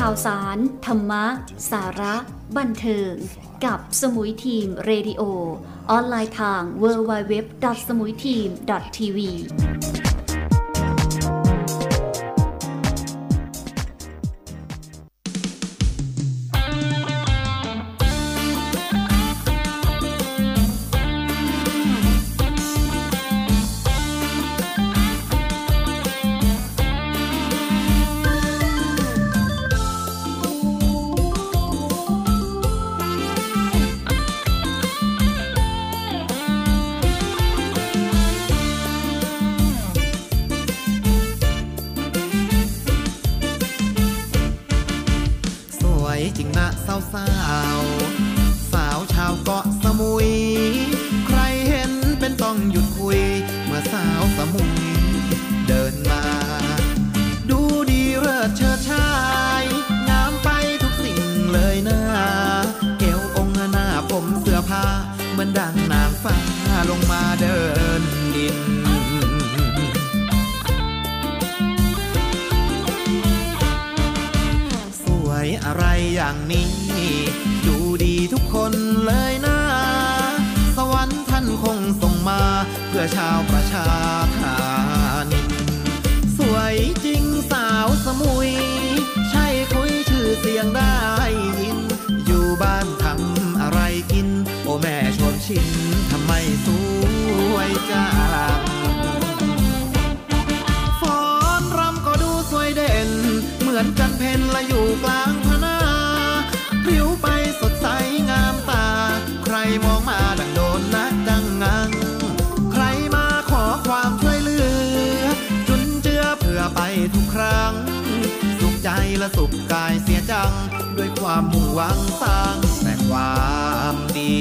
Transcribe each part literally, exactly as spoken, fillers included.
ข่าวสารธรรมะสาระบันเทิงกับสมุยทีมเรดิโอออนไลน์ทาง ดับเบิลยู ดับเบิลยู ดับเบิลยู ดอท สมุยทีม ดอท ที วีจริงนะสาวสาวสาวชาวเกาะสมุยใครเห็นเป็นต้องหยุดคุยเมื่อสาวสมุยเดินมาดูดีเลิศเชิดชายงามไปทุกสิ่งเลยนะเอวองค์หน้าผมเสื้อผ้าเหมือนดังนางฟ้าลงมาเดินดินอะไรอย่างนี้ดูดีทุกคนเลยนะสวรรค์ท่านคงส่งมาเพื่อชาวประชาธานินสวยจริงสาวสมุยใช่คุยชื่อเสียงได้ยินอยู่บ้านทำอะไรกินโอ้แม่ชมชินทำไมสวยจังฟ้อนรำก็ดูสวยเด่นเหมือนกันเพนละอยู่กลางพนาผิวไปสดใสงามตาใครมองมาดังโดนนักดังงังใครมาขอความช่วยเหลือจุนเจือเพื่อไปทุกครั้งสุขใจและสุขกายเสียจังด้วยความมุ่งหวังสร้างแต่ความดี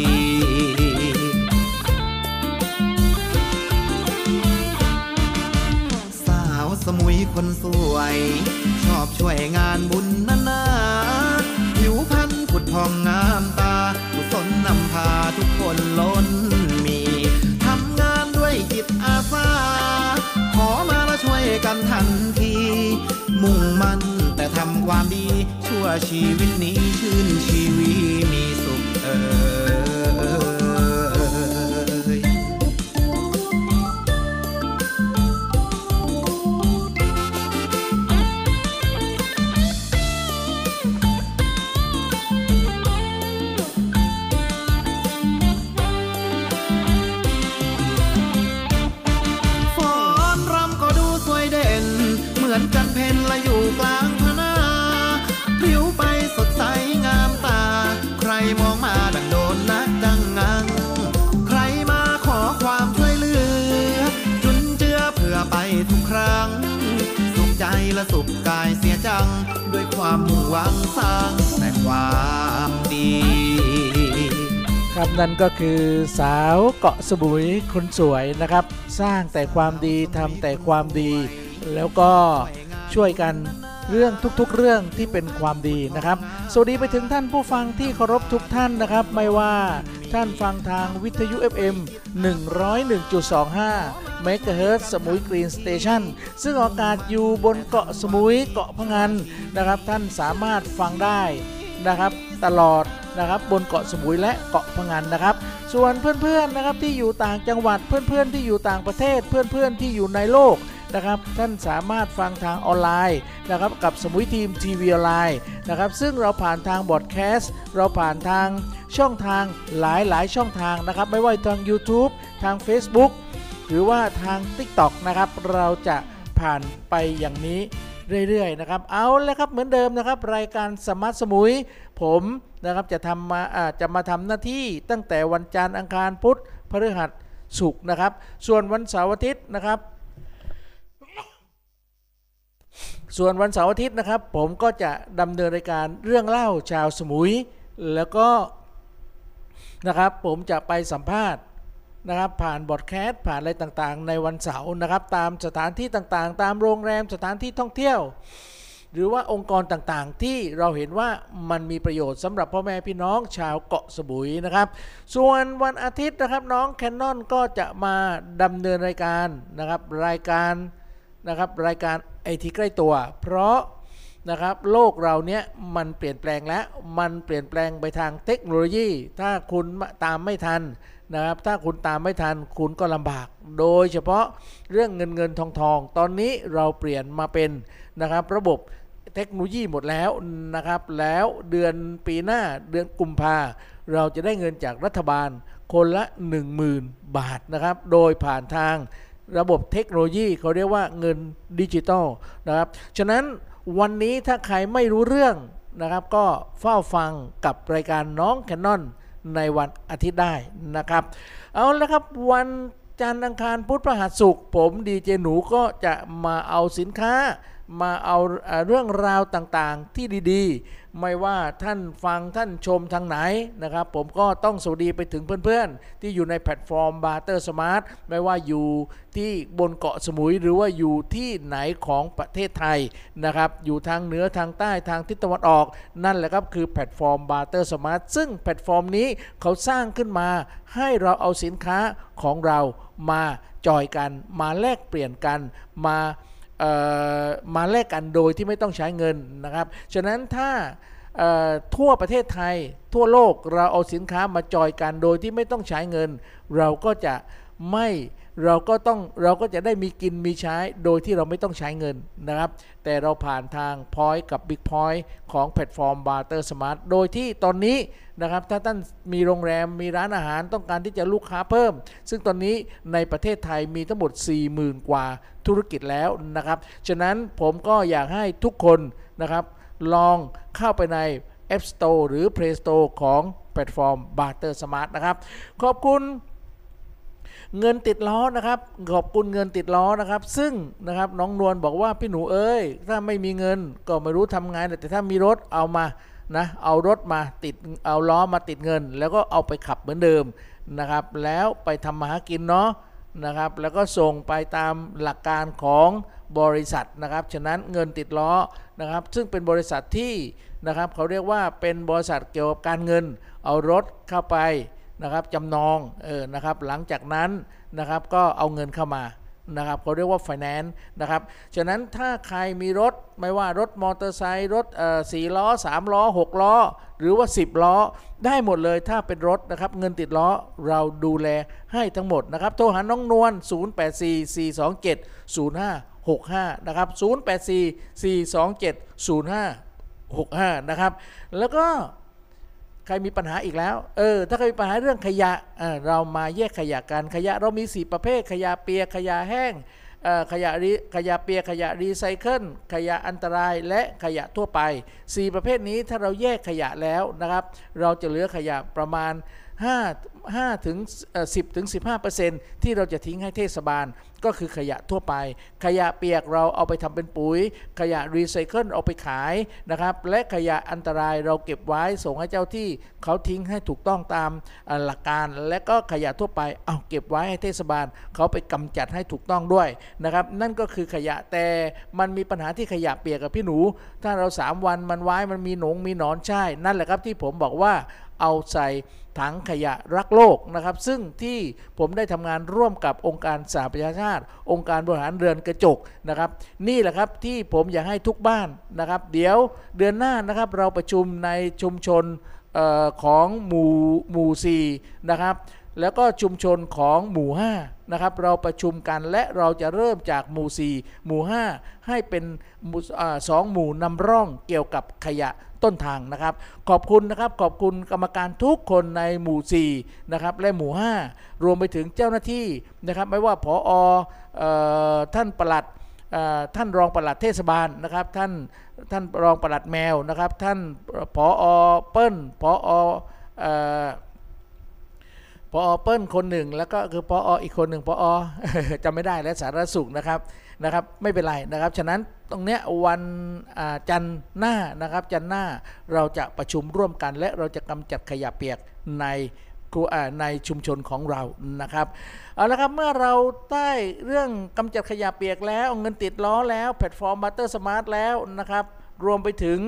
สาวสมุยคนสวยชอบช่วยงานบุญนานาผิวพรรณผุดผ่องงามตากุศลนำพาทุกคนล้นมีทำงานด้วยจิตอาสาขอมาแล้วช่วยกันทันทีมุ่งมั่นแต่ทำความดีชั่วชีวิตนี้ชื่นชีวีมีสุขเอ่ยเหมือนกันเพนละอยู่กลางพนาผิวไปสดใสงามตาใครมองมาดังโดนนักดังงังใครมาขอความช่วยเหลือจุนเจือเพื่อไปทุกครั้งสุขใจและสุขกายเสียจังด้วยความมุ่งหวังสร้างแต่ความดีครับนั่นก็คือสาวเกาะสมุยคนสวยนะครับสร้างแต่ความดีทำแต่ความดีแล้วก็ช่วยกันเรื่องทุกๆเรื่องที่เป็นความดีนะครับสวัสดีไปถึงท่านผู้ฟังที่เคารพทุกท่านนะครับไม่ว่าท่านฟังทางวิทยุ เอฟ เอ็ม หนึ่งร้อยเอ็ดจุดสองห้า เมกะเฮิรตซ์สมุยกรีนสเตชันซึ่งออกอากาศอยู่บนเกาะสมุยเกาะพะงันนะครับท่านสามารถฟังได้นะครับตลอดนะครับบนเกาะสมุยและเกาะพะงันนะครับส่วนเพื่อนๆนะครับที่อยู่ต่างจังหวัดเพื่อนๆที่อยู่ต่างประเทศเพื่อนๆที่อยู่ในโลกนะครับท่านสามารถฟังทางออนไลน์นะครับกับสมุยทีมทีวีออนไลน์นะครับซึ่งเราผ่านทางบอดแคสต์เราผ่านทางช่องทางหลายๆช่องทางนะครับไม่ว่าทาง YouTube ทาง Facebook หรือว่าทาง TikTok นะครับเราจะผ่านไปอย่างนี้เรื่อยๆนะครับเอาแล้วครับเหมือนเดิมนะครับรายการสมาร์ทสมุยผมนะครับจะทำมาอ่าจะมาทำหน้าที่ตั้งแต่วันจันทร์อังคารพุธพฤหัสศุกร์นะครับส่วนวันเสาร์อาทิตย์นะครับส่วนวันเสาร์อาทิตย์นะครับผมก็จะดำเนินรายการเรื่องเล่าชาวสมุยแล้วก็นะครับผมจะไปสัมภาษณ์นะครับผ่านบอดแคสต์ผ่านอะไรต่างๆในวันเสาร์นะครับตามสถานที่ต่างๆตามโรงแรมสถานที่ท่องเที่ยวหรือว่าองค์กรต่างๆที่เราเห็นว่ามันมีประโยชน์สำหรับพ่อแม่พี่น้องชาวเกาะสมุยนะครับส่วนวันอาทิตย์นะครับน้องแคนนอนก็จะมาดำเนินรายการนะครับรายการนะครับรายการไอทีใกล้ตัวเพราะนะครับโลกเราเนี้ยมันเปลี่ยนแปลงแล้วมันเปลี่ยนแปลงไปทางเทคโนโลยีถ้าคุณตามไม่ทันนะครับถ้าคุณตามไม่ทันคุณก็ลำบากโดยเฉพาะเรื่องเงินเงินทองทองตอนนี้เราเปลี่ยนมาเป็นนะครับระบบเทคโนโลยีหมดแล้วนะครับแล้วเดือนปีหน้าเดือนกุมภาเราจะได้เงินจากรัฐบาลคนละ หนึ่งหมื่น บาทนะครับโดยผ่านทางระบบเทคโนโลยีเขาเรียกว่าเงินดิจิตอลนะครับฉะนั้นวันนี้ถ้าใครไม่รู้เรื่องนะครับก็เฝ้าฟังกับรายการน้องแคนนอนในวันอาทิตย์ได้นะครับเอาละครับวันจันทร์อังคารพุธพฤหัสศุกร์ผมดีเจหนูก็จะมาเอาสินค้ามาเอาเรื่องราวต่างๆที่ดีๆไม่ว่าท่านฟังท่านชมทางไหนนะครับผมก็ต้องสวัสดีไปถึงเพื่อนๆที่อยู่ในแพลตฟอร์ม Barter Smart ไม่ว่าอยู่ที่บนเกาะสมุยหรือว่าอยู่ที่ไหนของประเทศไทยนะครับอยู่ทางเหนือทางใต้ทางทิศตะวันออกนั่นแหละครับคือแพลตฟอร์ม Barter Smart ซึ่งแพลตฟอร์มนี้เขาสร้างขึ้นมาให้เราเอาสินค้าของเรามาจอยกันมาแลกเปลี่ยนกันมามาแลกกันโดยที่ไม่ต้องใช้เงินนะครับฉะนั้นถ้าทั่วประเทศไทยทั่วโลกเราเอาสินค้ามาจอยกันโดยที่ไม่ต้องใช้เงินเราก็จะไม่เราก็ต้องเราก็จะได้มีกินมีใช้โดยที่เราไม่ต้องใช้เงินนะครับแต่เราผ่านทาง Point กับ Big Point ของแพลตฟอร์ม Barter Smart โดยที่ตอนนี้นะครับถ้าท่านมีโรงแรมมีร้านอาหารต้องการที่จะลูกค้าเพิ่มซึ่งตอนนี้ในประเทศไทยมีทั้งหมด สี่หมื่น กว่าธุรกิจแล้วนะครับฉะนั้นผมก็อยากให้ทุกคนนะครับลองเข้าไปใน App Store หรือ Play Store ของแพลตฟอร์ม Barter Smart นะครับขอบคุณเงินติดล้อนะครับขอบคุณเงินติดล้อนะครับซึ่งนะครับน้องนวลบอกว่าพี่หนูเอ้ยถ้าไม่มีเงินก็ไม่รู้ทำไงแต่ถ้ามีรถเอามานะเอารถมาติดเอาล้อมาติดเงินแล้วก็เอาไปขับเหมือนเดิมนะครับแล้วไปทำมาหากินเนาะนะครับแล้วก็ส่งไปตามหลักการของบริษัทนะครับฉะนั้นเงินติดล้อนะครับซึ่งเป็นบริษัทที่นะครับเขาเรียกว่าเป็นบริษัทเกี่ยวกับการเงินเอารถเข้าไปนะครับจำนองเออนะครับหลังจากนั้นนะครับก็เอาเงินเข้ามานะครับเขาเรียกว่า Finance นะครับฉะนั้นถ้าใครมีรถไม่ว่ารถมอเตอร์ไซค์รถเอ่อสี่ล้อสามล้อหกล้อหรือว่าสิบล้อได้หมดเลยถ้าเป็นรถนะครับเงินติดล้อเราดูแลให้ทั้งหมดนะครับโทรหาน้องนวลศูนย์ แปด สี่ สี่ สอง เจ็ด ศูนย์ ห้า หก ห้านะครับศูนย์ แปด สี่ สี่ สอง เจ็ด ศูนย์ ห้า หก ห้านะครับแล้วก็ใครมีปัญหาอีกแล้วเออถ้าใครมีปัญหาเรื่องขยะ เออเรามาแยกขยะกันขยะเรามีสี่ประเภทขยะเปียกขยะแห้งเอ่อขยะขยะเปียกขยะรีไซเคิลขยะอันตรายและขยะทั่วไปสี่ประเภทนี้ถ้าเราแยกขยะแล้วนะครับเราจะเหลือขยะประมาณห้า ห้าถึงสิบถึงสิบห้าเปอร์เซ็นต์ ที่เราจะทิ้งให้เทศบาลก็คือขยะทั่วไปขยะเปียกเราเอาไปทำเป็นปุ๋ยขยะรีไซเคิลเอาไปขายนะครับและขยะอันตรายเราเก็บไว้ส่งให้เจ้าที่เขาทิ้งให้ถูกต้องตามหลักการและก็ขยะทั่วไปเอาเก็บไว้ให้เทศบาลเขาไปกำจัดให้ถูกต้องด้วยนะครับนั่นก็คือขยะแต่มันมีปัญหาที่ขยะเปียกกับพี่หนูถ้าเราสามวันมันไว้มันมีหนงมีหนอนใช่นั่นแหละครับที่ผมบอกว่าเอาใส่ถังขยะรักโลกนะครับซึ่งที่ผมได้ทำงานร่วมกับองค์การสหประชาชาติองค์การบริหารเรือนกระจกนะครับนี่แหละครับที่ผมอยากให้ทุกบ้านนะครับเดี๋ยวเดือนหน้านะครับเราประชุมในชุมชนเอ่อของหมู่หมู่สี่นะครับแล้วก็ชุมชนของหมู่ห้านะครับเราประชุมกันและเราจะเริ่มจากหมู่สี่หมู่ห้าให้เป็นสองหมู่นำร่องเกี่ยวกับขยะต้นทางนะครับขอบคุณนะครับขอบคุณกรรมการทุกคนในหมู่สี่นะครับและหมู่ห้ารวมไปถึงเจ้าหน้าที่นะครับไม่ว่าผอเอ่อท่านปลัดท่านรองปลัดเทศบาลนะครับท่านท่านรองปลัดแมวนะครับท่านผอเปิ้ลผอเอ่อผอเปิ้ลคนหนึ่งแล้วก็คือผออีกคนหนึ่งผอจำไม่ได้และสาธารณสุขนะครับนะครับไม่เป็นไรนะครับฉะนั้นตรงเนี้ยวันจันทร์หน้านะครับจันทร์หน้าเราจะประชุมร่วมกันและเราจะกำจัดขยะเปียกในในชุมชนของเรานะครับเอาละครับเมื่อเราได้เรื่องกำจัดขยะเปียกแล้วเงินติดล้อแล้วแพลตฟอร์ม Barter Smart แล้วนะครับรวมไปถึง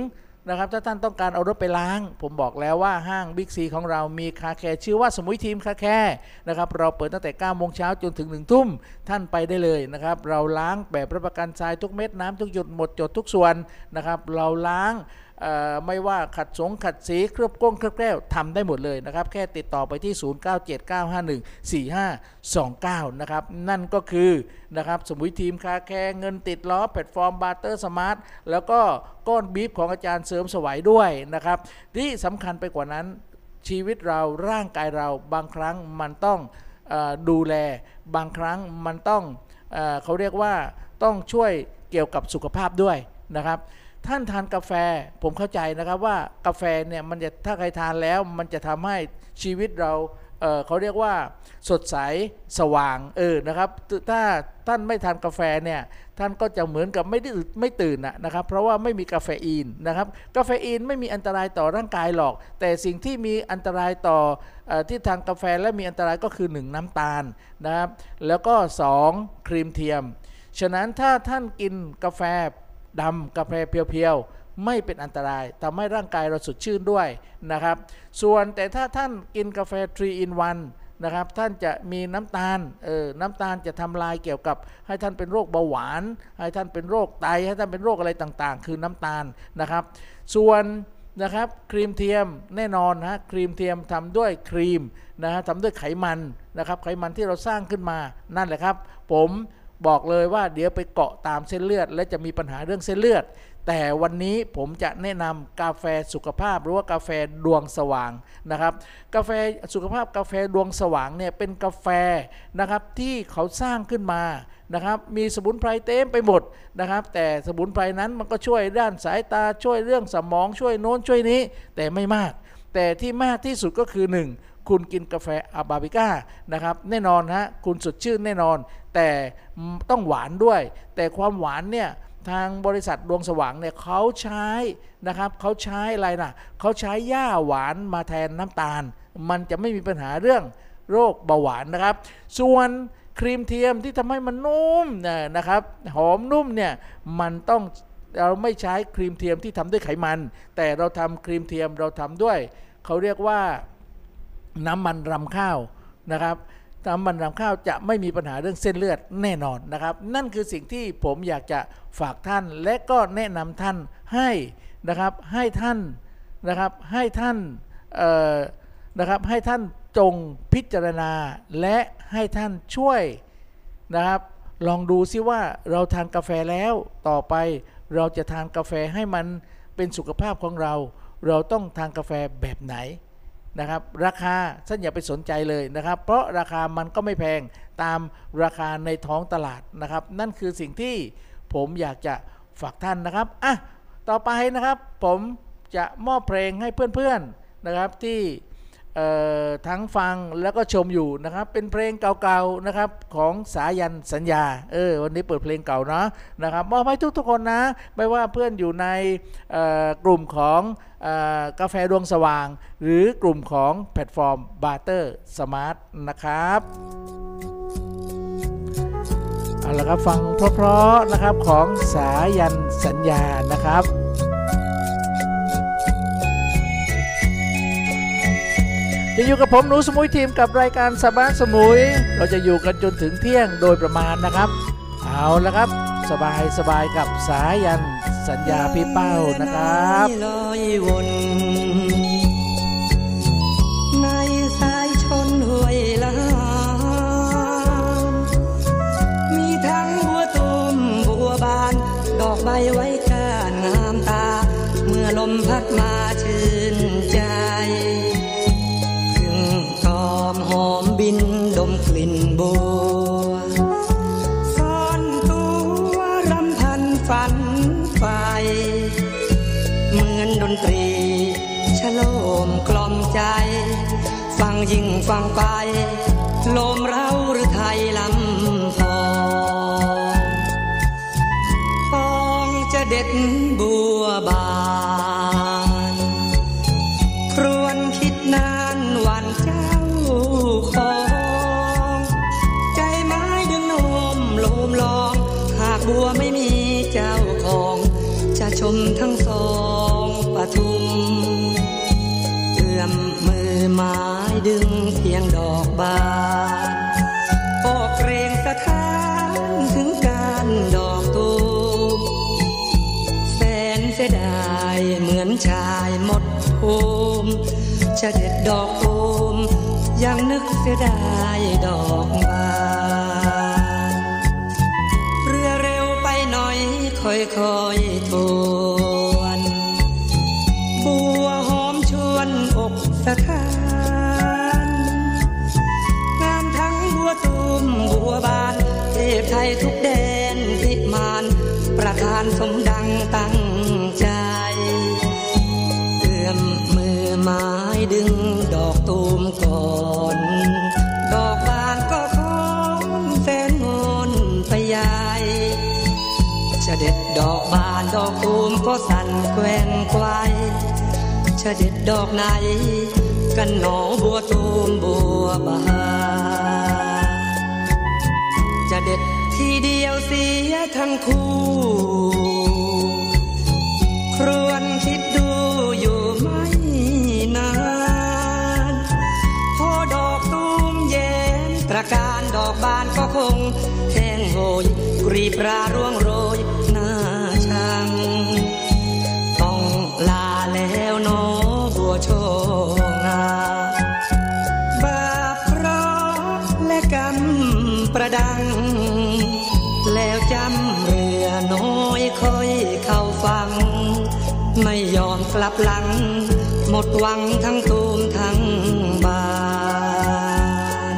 นะครับถ้าท่านต้องการเอารถไปล้างผมบอกแล้วว่าห้างบิ๊กซีของเรามีคาแคร์ชื่อว่าสมุยทีมคาแคร์นะครับเราเปิดตั้งแต่เก้าโมงเช้าจนถึงหนึ่งทุ่มท่านไปได้เลยนะครับเราล้างแบบรับประกันทรายทุกเม็ดน้ำทุกหยดหมดจดทุกส่วนนะครับเราล้างไม่ว่าขัดสงขัดสีเคลือบก้งเคลือบแก้วทำได้หมดเลยนะครับแค่ติดต่อไปที่ศูนย์ เก้า เจ็ด เก้า ห้า หนึ่ง สี่ ห้า สอง เก้านะครับนั่นก็คือนะครับสมุยทีมคาแคร์เงินติดล้อแพลตฟอร์มบาร์เตอร์สมาร์ทแล้วก็ก้อนบีฟของอาจารย์เสริมสวัยด้วยนะครับที่สำคัญไปกว่านั้นชีวิตเราร่างกายเราบางครั้งมันต้องเอ่อดูแลบางครั้งมันต้องเอ่อเขาเรียกว่าต้องช่วยเกี่ยวกับสุขภาพด้วยนะครับท่านทานกาแฟผมเข้าใจนะครับว่ากาแฟเนี่ยมันจะถ้าใครทานแล้วมันจะทำให้ชีวิตเรา เอ่อเขาเรียกว่าสดใสสว่างเออนะครับถ้าท่านไม่ทานกาแฟเนี่ยท่านก็จะเหมือนกับไม่ได้ไม่ตื่นนะครับเพราะว่าไม่มีกาเฟอีนนะครับกาเฟอีนไม่มีอันตรายต่อร่างกายหรอกแต่สิ่งที่มีอันตรายต่อเอ่อที่ทานกาแฟและมีอันตรายก็คือหนึ่งน้ำตาลนะครับแล้วก็สองครีมเทียมฉะนั้นถ้าท่านกินกาแฟดำกาแฟเพียวๆไม่เป็นอันตรายทำให้ร่างกายเราสดชื่นด้วยนะครับส่วนแต่ถ้าท่านกินกาแฟทรี อิน วันนะครับท่านจะมีน้ำตาลเออน้ำตาลจะทำลายเกี่ยวกับให้ท่านเป็นโรคเบาหวานให้ท่านเป็นโรคไตให้ท่านเป็นโรคอะไรต่างๆคือน้ำตาลนะครับส่วนนะครับครีมเทียมแน่นอนนะครีมเทียมทำด้วยครีมนะฮะทำด้วยไขมันนะครับไขมันที่เราสร้างขึ้นมานั่นแหละครับผมบอกเลยว่าเดี๋ยวไปเกาะตามเส้นเลือดและจะมีปัญหาเรื่องเส้นเลือดแต่วันนี้ผมจะแนะนำกาแฟสุขภาพหรือว่ากาแฟดวงสว่างนะครับกาแฟสุขภาพกาแฟดวงสว่างเนี่ยเป็นกาแฟนะครับที่เขาสร้างขึ้นมานะครับมีสมุนไพรเต็มไปหมดนะครับแต่สมุนไพรนั้นมันก็ช่วยด้านสายตาช่วยเรื่องสมองช่วยโน้นช่วยนี้แต่ไม่มากแต่ที่มากที่สุดก็คือหนึ่งคุณกินกาแฟอาราบิก้านะครับแน่นอนฮะคุณสดชื่นแน่นอนแต่ต้องหวานด้วยแต่ความหวานเนี่ยทางบริษัทดวงสว่างเนี่ยเขาใช้นะครับเขาใช้อะไรนะเขาใช้หญ้าหวานมาแทนน้ำตาลมันจะไม่มีปัญหาเรื่องโรคเบาหวานนะครับส่วนครีมเทียมที่ทำให้มันนุ่มนะครับหอมนุ่มเนี่ยมันต้องเราไม่ใช้ครีมเทียมที่ทำด้วยไขมันแต่เราทำครีมเทียมเราทำด้วยเขาเรียกว่าน้ำมันรำข้าวนะครับน้ำมันรำข้าวจะไม่มีปัญหาเรื่องเส้นเลือดแน่นอนนะครับนั่นคือสิ่งที่ผมอยากจะฝากท่านและก็แนะนำท่านให้นะครับให้ท่านนะครับให้ท่านเอ่อนะครับให้ท่านจงพิจารณาและให้ท่านช่วยนะครับลองดูซิว่าเราทานกาแฟแล้วต่อไปเราจะทานกาแฟให้มันเป็นสุขภาพของเราเราต้องทานกาแฟแบบไหนนะครับราคาท่านอย่าไปสนใจเลยนะครับเพราะราคามันก็ไม่แพงตามราคาในท้องตลาดนะครับนั่นคือสิ่งที่ผมอยากจะฝากท่านนะครับอ่ะต่อไปนะครับผมจะมอบเพลงให้เพื่อนๆนะครับที่ทั้งฟังแล้วก็ชมอยู่นะครับเป็นเพลงเก่าๆนะครับของสายันสัญญาเออวันนี้เปิดเพลงเก่าเนาะนะครับมอบให้ทุกๆคนนะไม่ว่าเพื่อนอยู่ในกลุ่มของกาแฟดวงสว่างหรือกลุ่มของแพลตฟอร์มบาร์เตอร์สมาร์ทนะครับเอาละครับฟังเพราะๆนะครับของสายันสัญญานะครับจะอยู่กับผมหนูสมุยทีมกับรายการสบายสมุยเราจะอยู่กันจนถึงเที่ยงโดยประมาณนะครับเอาละครับสบายสบายกับสายันสัญญาพี่เป้านะครับลอยวนในสายชนห้วยลานมีทั้งบัวตูมบัวบานดอกใบไว้ก้านงามตาเมื่อลมพัดมาชื่นใจหอมบินดมกลิ่นบัวซ่อนตัวรำพันฝันไปเหมือนดนตรีชโลมกล่อมใจฟังยิ่งฟังไปลมเร้าหรือไทยลำพองฟองจะเด็ดบัวบานครวญคิดนานหวั่นใจของใจไม้ดึงโน้มโลมลองหากบัวไม่มีเจ้าของจะชมทั้งสองไปทุ่มเอื้อมมือไม้ดึงเพียงดอกบานโอ้เกรงสะท้านถึงการดอกตูมแสนเสียดายเหมือนชายหมดภูมิจะเด็ดดอกตูมยังนึกเสียดายดอกบานเรือเร็วไปหน่อยค่อยๆทวนบัวหอมชวนอกสะท้านงามทั้งบัวตูมบัวบานเทพไทยทุกแดนพิมานประทานสมดังตั้งใจเอื้อมมือไม้ดึงดอกตูมก่อนดอกบานก็คอนแสนงอนไปใหญ่จะเด็ดดอกบานดอกตูมก็สั่นแกว่งไกวจะเด็ดดอกไหนกันหนอบัวตูมบัวบานจะเด็ดทีเดียวเสียทั้งคู่ครวญคิดดูอยู่ไม่นานพอดอกตูมแย้มตระการดอกบานก็คงแห้งโหยกรีบราร่วงโรยหน้าช่างต้องลาแล้วน้อบัวโชงาบาปเพราะและกรรมประดังแล้วจำเรือน้อยค่อยเข้าฟังไม่ยอมกลับหลังหมดหวังทั้งตูมทั้งบาน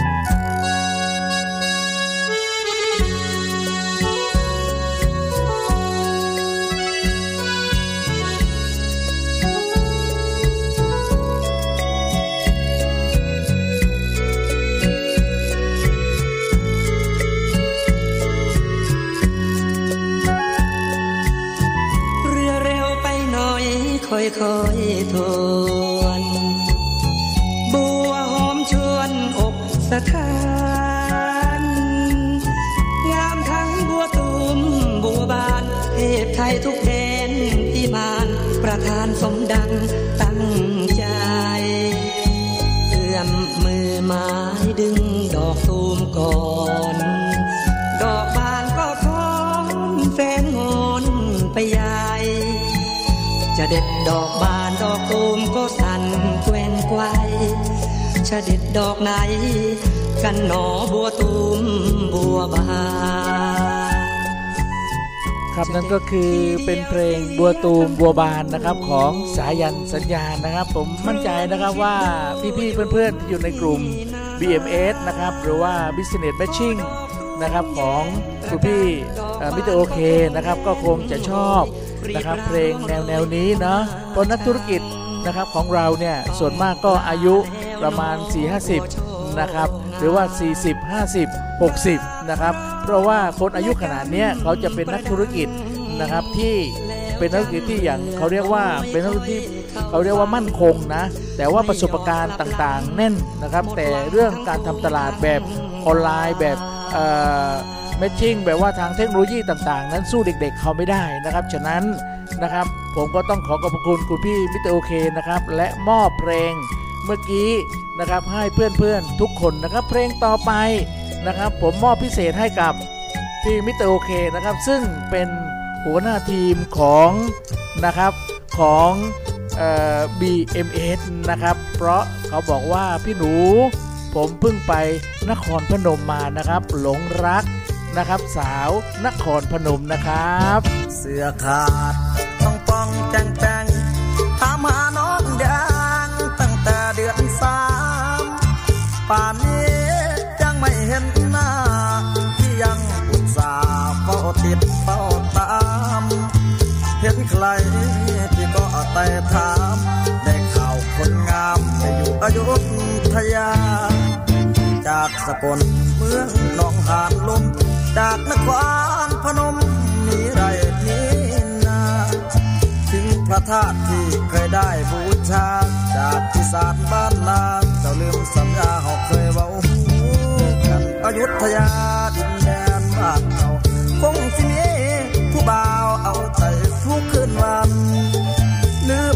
ค่อยๆทวนบัวหอมชวนอกสะท้านงามทั้งบัวตูมบัวบานเทพไทยทุกแดนพิมานประทานสมดังตั้งใจเอื้อมมือไม้ดึงดอกตูมก่อนดอกบานก็คอนแสนงอนไปใหญ่จะเด็ดดอกบานดอกตูมก็สั่นแกว่งไกวจะเด็ดดอกไหนกันหนอบัวตูมบัวบานครับนั่นก็คือเป็นเพลงบัวตูมบัวบานนะครับของสายันสัญญานะครับผมมั่นใจนะครับว่าพี่ๆเพื่อนๆที่อยู่ในกลุ่ม บี เอ็ม เอส นะครับหรือว่า Business Matching นะครับของคุณพี่มิสเตอร์โอเคนะครับก็คงจะชอบนะครับเพลงแนวแนวนี้เนาะเพราะนักธุรกิจนะครับของเราเนี่ยส่วนมากก็อายุประมาณ สี่ห้าสิบ นะครับหรือว่า สี่สิบ ห้าสิบ หกสิบ นะครับเพราะว่าคนอายุขนาดนี้เขาจะเป็นนักธุรกิจนะครับที่เป็นนักธุรกิจที่อย่างเขาเรียกว่าเป็นนักธุรกิจเขาเรียกว่ามั่นคงนะแต่ว่าประสบการณ์ต่างๆแน่นนะครับแต่เรื่องการทำตลาดแบบออนไลน์แบบเอ่อแมทชิ่งแบบว่าทางเทคโนโลยีต่างๆนั้นสู้เด็กๆเขาไม่ได้นะครับฉะนั้นนะครับผมก็ต้องขอขอบคุณคุณพี่มิสเตอร์โอเคนะครับและมอบเพลงเมื่อกี้นะครับให้เพื่อนๆทุกคนนะครับเพลงต่อไปนะครับผมมอบพิเศษให้กับพี่มิสเตอร์โอเคนะครับซึ่งเป็นหัวหน้าทีมของนะครับของเอ่อ บี เอ็ม เอส นะครับเพราะเขาบอกว่าพี่หนูผมเพิ่งไปนครพนมมานะครับหลงรักนะครับสาวนครพนมนะครับเสื้อขาดต้องป้องแจงแจงถามหาน้องแดงตั้งแต่เดือนสามป่านนี้ยังไม่เห็นหน้าที่ยังอุตส่าห์เฝ้าติดเฝ้าตามเห็นใครที่ก็แต่ถามได้ข่าวคนงามไปอยู่อยุธยาจากสกลเมืองหนองหานลมจากนครพนมมีไรนี้นาถึงพระธาตุที่เคยได้บูชาจากที่ศาลบ้านนาเจ้าลืมสัญญาเขาเคยเว้ากันอยุธยาดินแดนบ้านเราคงสิมีผู้บ่าวเอาใจทุกคืนวันลื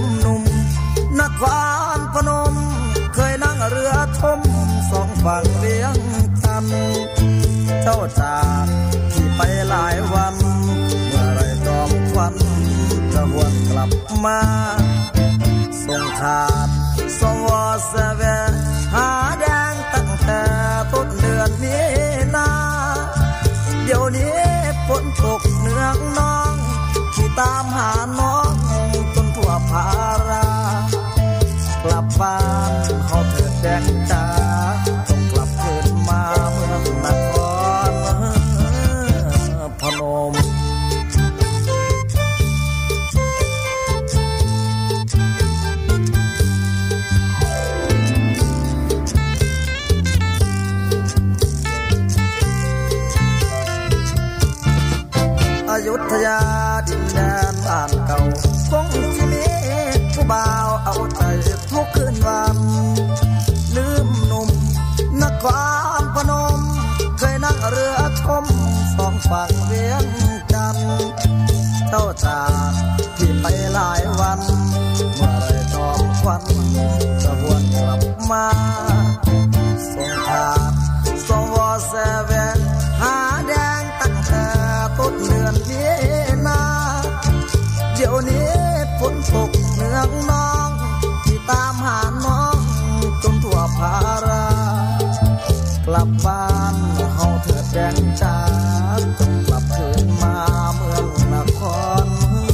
จะหวนกลับมาส่งขาดสวอเสเวหาแดงตั้งแต่ต้นเดือนนี้นาเดี๋ยวนี้ฝนตกเนืองน้องที่ตามหาน้องจนทั่วภารากลับบ้านเขาเถิดแดงจ้าต้องกลับคืนมาเมืองนครพนมอยุธยาดินแดนบ้านเก่าคงที่มีผู้บ่าวเอาใจทุกคืนวันลืมหนุ่มนครพนมเคยนั่งเรือชมสองฝั่งเวียงจันทร์เจ้าจากที่ไปหลายวันเมื่อไรจอมควันจะหวนกลับมาส่งขาดสวอเซเว่นหาแดงตั้งแต่ต้นเดือนมีนาเดี๋ยวนี้ฝนตกเนืองน้องที่ตามหาน้องจนทั่วภารากลับบ้านเฮาเถิดแดงจ้ากลับคืนมาเมืองนคร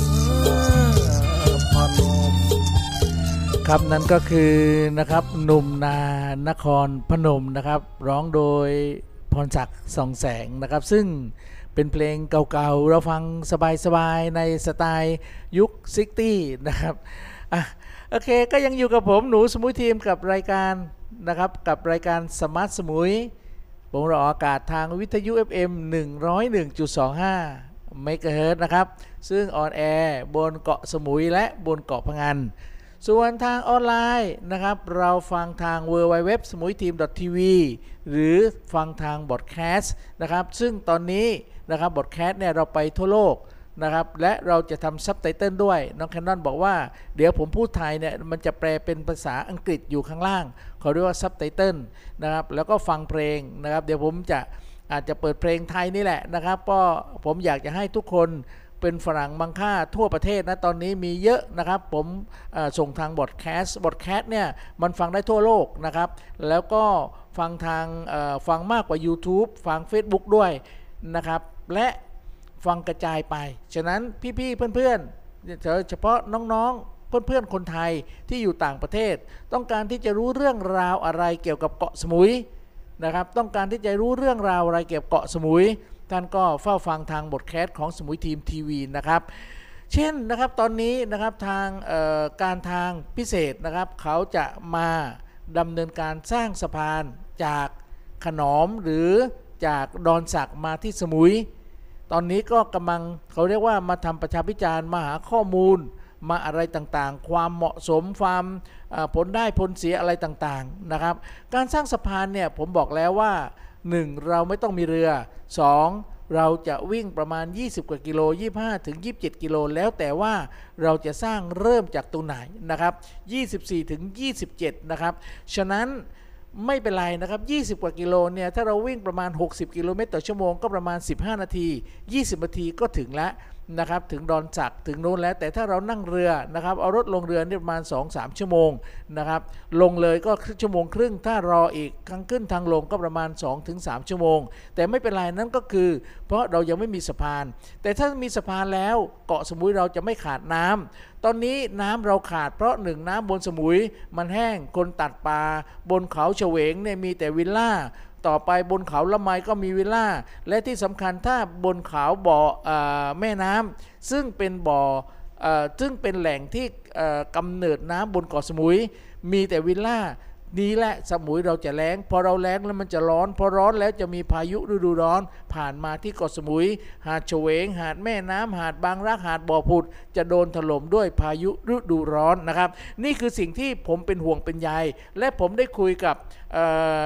พนมครับนั่นก็คือนะครับหนุ่มนานครพนมนะครับร้องโดยพรศักดิ์ส่องแสงนะครับซึ่งเป็นเพลงเก่าๆเราฟังสบายๆในสไตล์ยุคซิกตี้นะครับอ่ะโอเคก็ยังอยู่กับผมหนูสมุยทีมกับรายการนะครับกับรายการสมาร์ทสมุยผมออกอากาศทางวิทยุ เอฟ เอ็ม หนึ่งร้อยเอ็ดจุดสองห้า เมกะเฮิรตซ์นะครับซึ่งออนแอร์บนเกาะสมุยและบนเกาะพะงันส่วนทางออนไลน์นะครับเราฟังทาง ดับเบิลยู ดับเบิลยู ดับเบิลยู ดอท สมุยทีม ดอท ที วี หรือฟังทางบอดแคสต์นะครับซึ่งตอนนี้นะครับบอดแคสต์เนี่ยเราไปทั่วโลกนะครับและเราจะทำซับไตเติลด้วยน้องแคนนอนบอกว่าเดี๋ยวผมพูดไทยเนี่ยมันจะแปลเป็นภาษาอังกฤษอยู่ข้างล่างเขาเรียกว่าซับไตเติลนะครับแล้วก็ฟังเพลงนะครับเดี๋ยวผมจะอาจจะเปิดเพลงไทยนี่แหละนะครับก็ผมอยากจะให้ทุกคนเป็นฝรั่งมังค่าทั่วประเทศนะตอนนี้มีเยอะนะครับผมส่งทางบอดแคสต์บอดแคสต์เนี่ยมันฟังได้ทั่วโลกนะครับแล้วก็ฟังทางฟังมากกว่า YouTube ฟัง Facebook ด้วยนะครับและฟังกระจายไปฉะนั้นพี่ๆเพื่อนๆเฉพาะน้องๆเพื่อนๆคนไทยที่อยู่ต่างประเทศต้องการที่จะรู้เรื่องราวอะไรเกี่ยวกับเกาะสมุยนะครับต้องการที่จะรู้เรื่องราวอะไรเกี่ยวกับเกาะสมุยท่านก็เฝ้าฟังทางบทแคสต์ของสมุยทีมทีวีนะครับเช่นนะครับตอนนี้นะครับทางการทางพิเศษนะครับเขาจะมาดำเนินการสร้างสะพานจากขนอมหรือจากดอนสักมาที่สมุยตอนนี้ก็กำลังเขาเรียกว่ามาทำประชาพิจารณ์มาหาข้อมูลมาอะไรต่างๆความเหมาะสมความผลได้ผลเสียอะไรต่างๆนะครับการสร้างสะพานเนี่ยผมบอกแล้วว่าหนึ่งเราไม่ต้องมีเรือสองเราจะวิ่งประมาณยี่สิบกว่ากิโลยี่สิบห้าถึงยี่สิบเจ็ดกิโลแล้วแต่ว่าเราจะสร้างเริ่มจากตรงไหนนะครับยี่สิบสี่ถึงยี่สิบเจ็ดนะครับฉะนั้นไม่เป็นไรนะครับยี่สิบกว่ากิโลเนี่ยถ้าเราวิ่งประมาณหกสิบกิโลเมตรต่อชั่วโมงก็ประมาณสิบห้านาทียี่สิบนาทีก็ถึงแล้วนะครับถึงดอนสักถึงโน้นแล้วแต่ถ้าเรานั่งเรือนะครับเอารถลงเรือเนี่ยประมาณ สองถึงสาม ชั่วโมงนะครับลงเลยก็ชั่วโมงครึ่งถ้ารออีกครั้งขึ้นทางลงก็ประมาณ สองถึงสาม ชั่วโมงแต่ไม่เป็นไรนั่นก็คือเพราะเรายังไม่มีสะพานแต่ถ้ามีสะพานแล้วเกาะสมุยเราจะไม่ขาดน้ำตอนนี้น้ำเราขาดเพราะหนึ่งน้ำบนสมุยมันแห้งคนตัดป่าบนเขาเฉวงเนี่ยมีแต่วิลล่าต่อไปบนเขาละไมก็มีวิลล่าและที่สำคัญถ้าบนเขาบ่อแม่น้ำซึ่งเป็นบ่อซึ่งเป็นแหล่งที่กำเนิดน้ำบนเกาะสมุยมีแต่วิลล่านี้แหละสมุยเราจะแล้งพอเราแล้งแล้วมันจะร้อนพอร้อนแล้วจะมีพายุฤดูร้อนผ่านมาที่เกาะสมุยหาดเฉวงหาดแม่น้ำหาดบางรักหาดบ่อผุดจะโดนถล่มด้วยพายุฤดูร้อนนะครับนี่คือสิ่งที่ผมเป็นห่วงเป็นใยและผมได้คุยกับ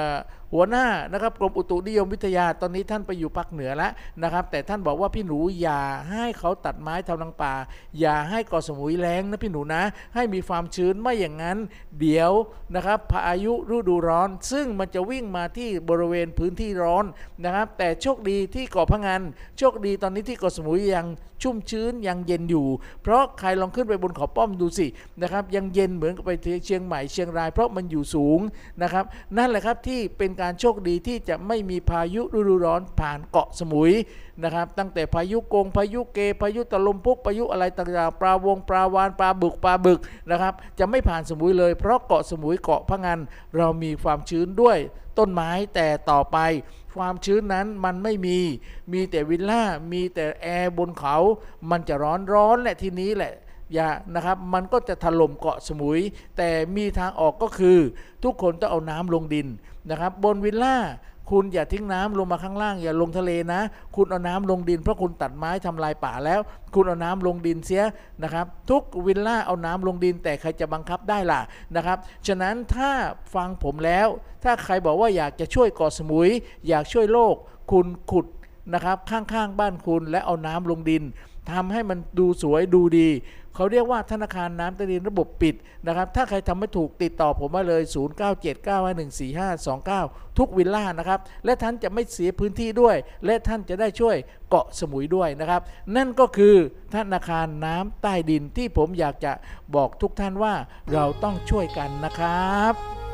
หัวหน้านะครับกรมอุตุนิยมวิทยาตอนนี้ท่านไปอยู่ภาคเหนือแล้วนะครับแต่ท่านบอกว่าพี่หนูอย่าให้เขาตัดไม้ทำลายป่าอย่าให้เกาะสมุยแล้งนะพี่หนูนะให้มีความชื้นไม่อย่างนั้นเดี๋ยวนะครับพายุฤดูร้อนซึ่งมันจะวิ่งมาที่บริเวณพื้นที่ร้อนนะครับแต่โชคดีที่เกาะพะงันโชคดีตอนนี้ที่เกาะสมุยยังชุ่มชื้นยังเย็นอยู่เพราะใครลองขึ้นไปบนเขาป้อมดูสินะครับยังเย็นเหมือนกับไปเชียงใหม่เชียงรายเพราะมันอยู่สูงนะครับนั่นแหละครับที่เป็นการโชคดีที่จะไม่มีพายุฤดูร้อนผ่านเกาะสมุยนะครับตั้งแต่พายุกงพายุเกพายุตะลมพุกพายุอะไรต่างๆปลาวงปลาวานปลาบึกปลาบึกนะครับจะไม่ผ่านสมุยเลยเพราะเกาะสมุยเกาะพะงันเรามีความชื้นด้วยต้นไม้แต่ต่อไปความชื้นนั้นมันไม่มีมีแต่วิลล่ามีแต่แอร์บนเขามันจะร้อนร้อนแหละทีนี้แหละอย่านะครับมันก็จะถล่มเกาะสมุยแต่มีทางออกก็คือทุกคนต้องเอาน้ำลงดินนะครับบนวิลล่าคุณอย่าทิ้งน้ำลงมาข้างล่างอย่าลงทะเลนะคุณเอาน้ำลงดินเพราะคุณตัดไม้ทำลายป่าแล้วคุณเอาน้ำลงดินเสียนะครับทุกวิลล่าเอาน้ำลงดินแต่ใครจะบังคับได้ล่ะนะครับฉะนั้นถ้าฟังผมแล้วถ้าใครบอกว่าอยากจะช่วยเกาะสมุยอยากช่วยโลกคุณขุดนะครับข้างๆบ้านคุณและเอาน้ำลงดินทำให้มันดูสวยดูดีเขาเรียกว่าธนาคารน้ำใต้ดินระบบปิดนะครับถ้าใครทำไม่ถูกติดต่อผมมาเลยศูนย์ เก้า เจ็ด เก้า ห้า หนึ่ง สี่ ห้า สอง เก้าทุกวิลล่านะครับและท่านจะไม่เสียพื้นที่ด้วยและท่านจะได้ช่วยเกาะสมุยด้วยนะครับนั่นก็คือธนาคารน้ำใต้ดินที่ผมอยากจะบอกทุกท่านว่าเราต้องช่วยกันนะครับ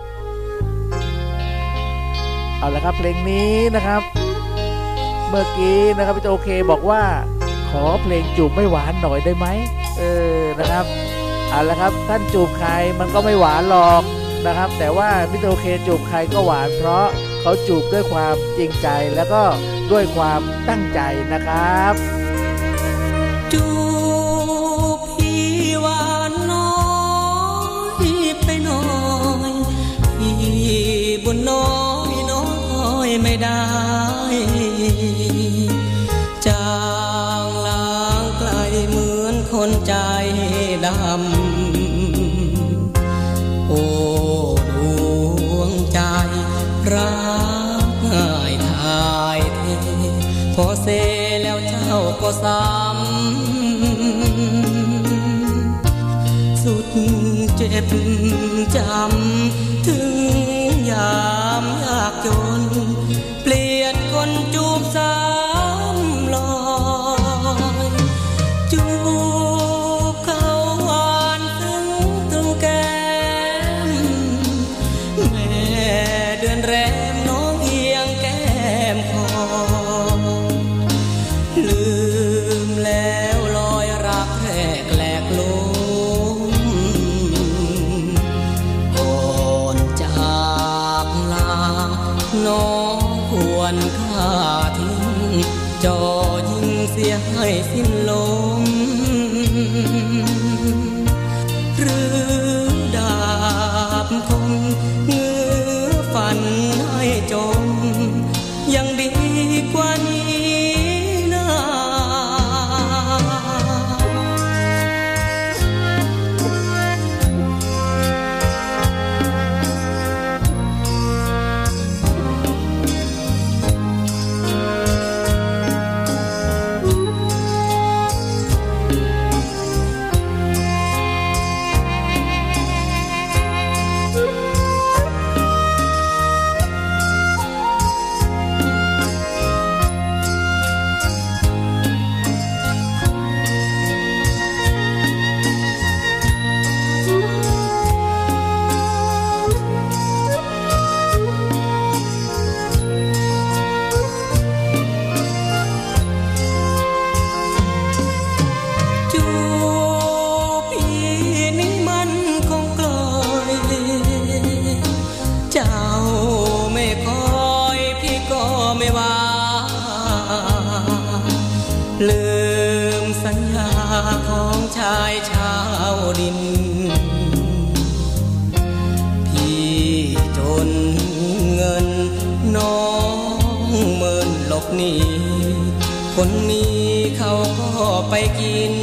เอาละครับเพลงนี้นะครับเมื่อกี้นะครับพี่โอเคบอกว่าขอเพลงจูบไม่หวานหน่อยได้ไหมเออนะครับเอาละครับท่านจูบใครมันก็ไม่หวานหรอกนะครับแต่ว่าพี่โอเคจูบใครก็หวานเพราะเขาจูบด้วยความจริงใจแล้วก็ด้วยความตั้งใจนะครับจูบพี่หวานน้อยไปหน่อยพี่บุญน้อยน้อยไม่ได้จางลางไกลเหมือนคนใจดำโอ้ดวงใจรักง่ายทายเทพอเสแล้วเจ้าก็ซ้ำสุดเจ็บจำถึงยามยากจนเปลี่ยนคนจูบซ้ำลอยจูบเขาหวานถึงถึงแก้มแม่เดือนแรมน้องเอียงแก้มคอลืมแล้วลอยรักแรกแหลกลมก่อนจากลาน้องควรค่าทิ้งจอยิงเสียให้สิ้นลมหรือดาบคมเงื้อฟันให้จมยังดีกว่านี้นะลืมสัญญาของชายชาวดินพี่จนเงินน้องเมินหลบหนีคนมีเขาก็ไปกิน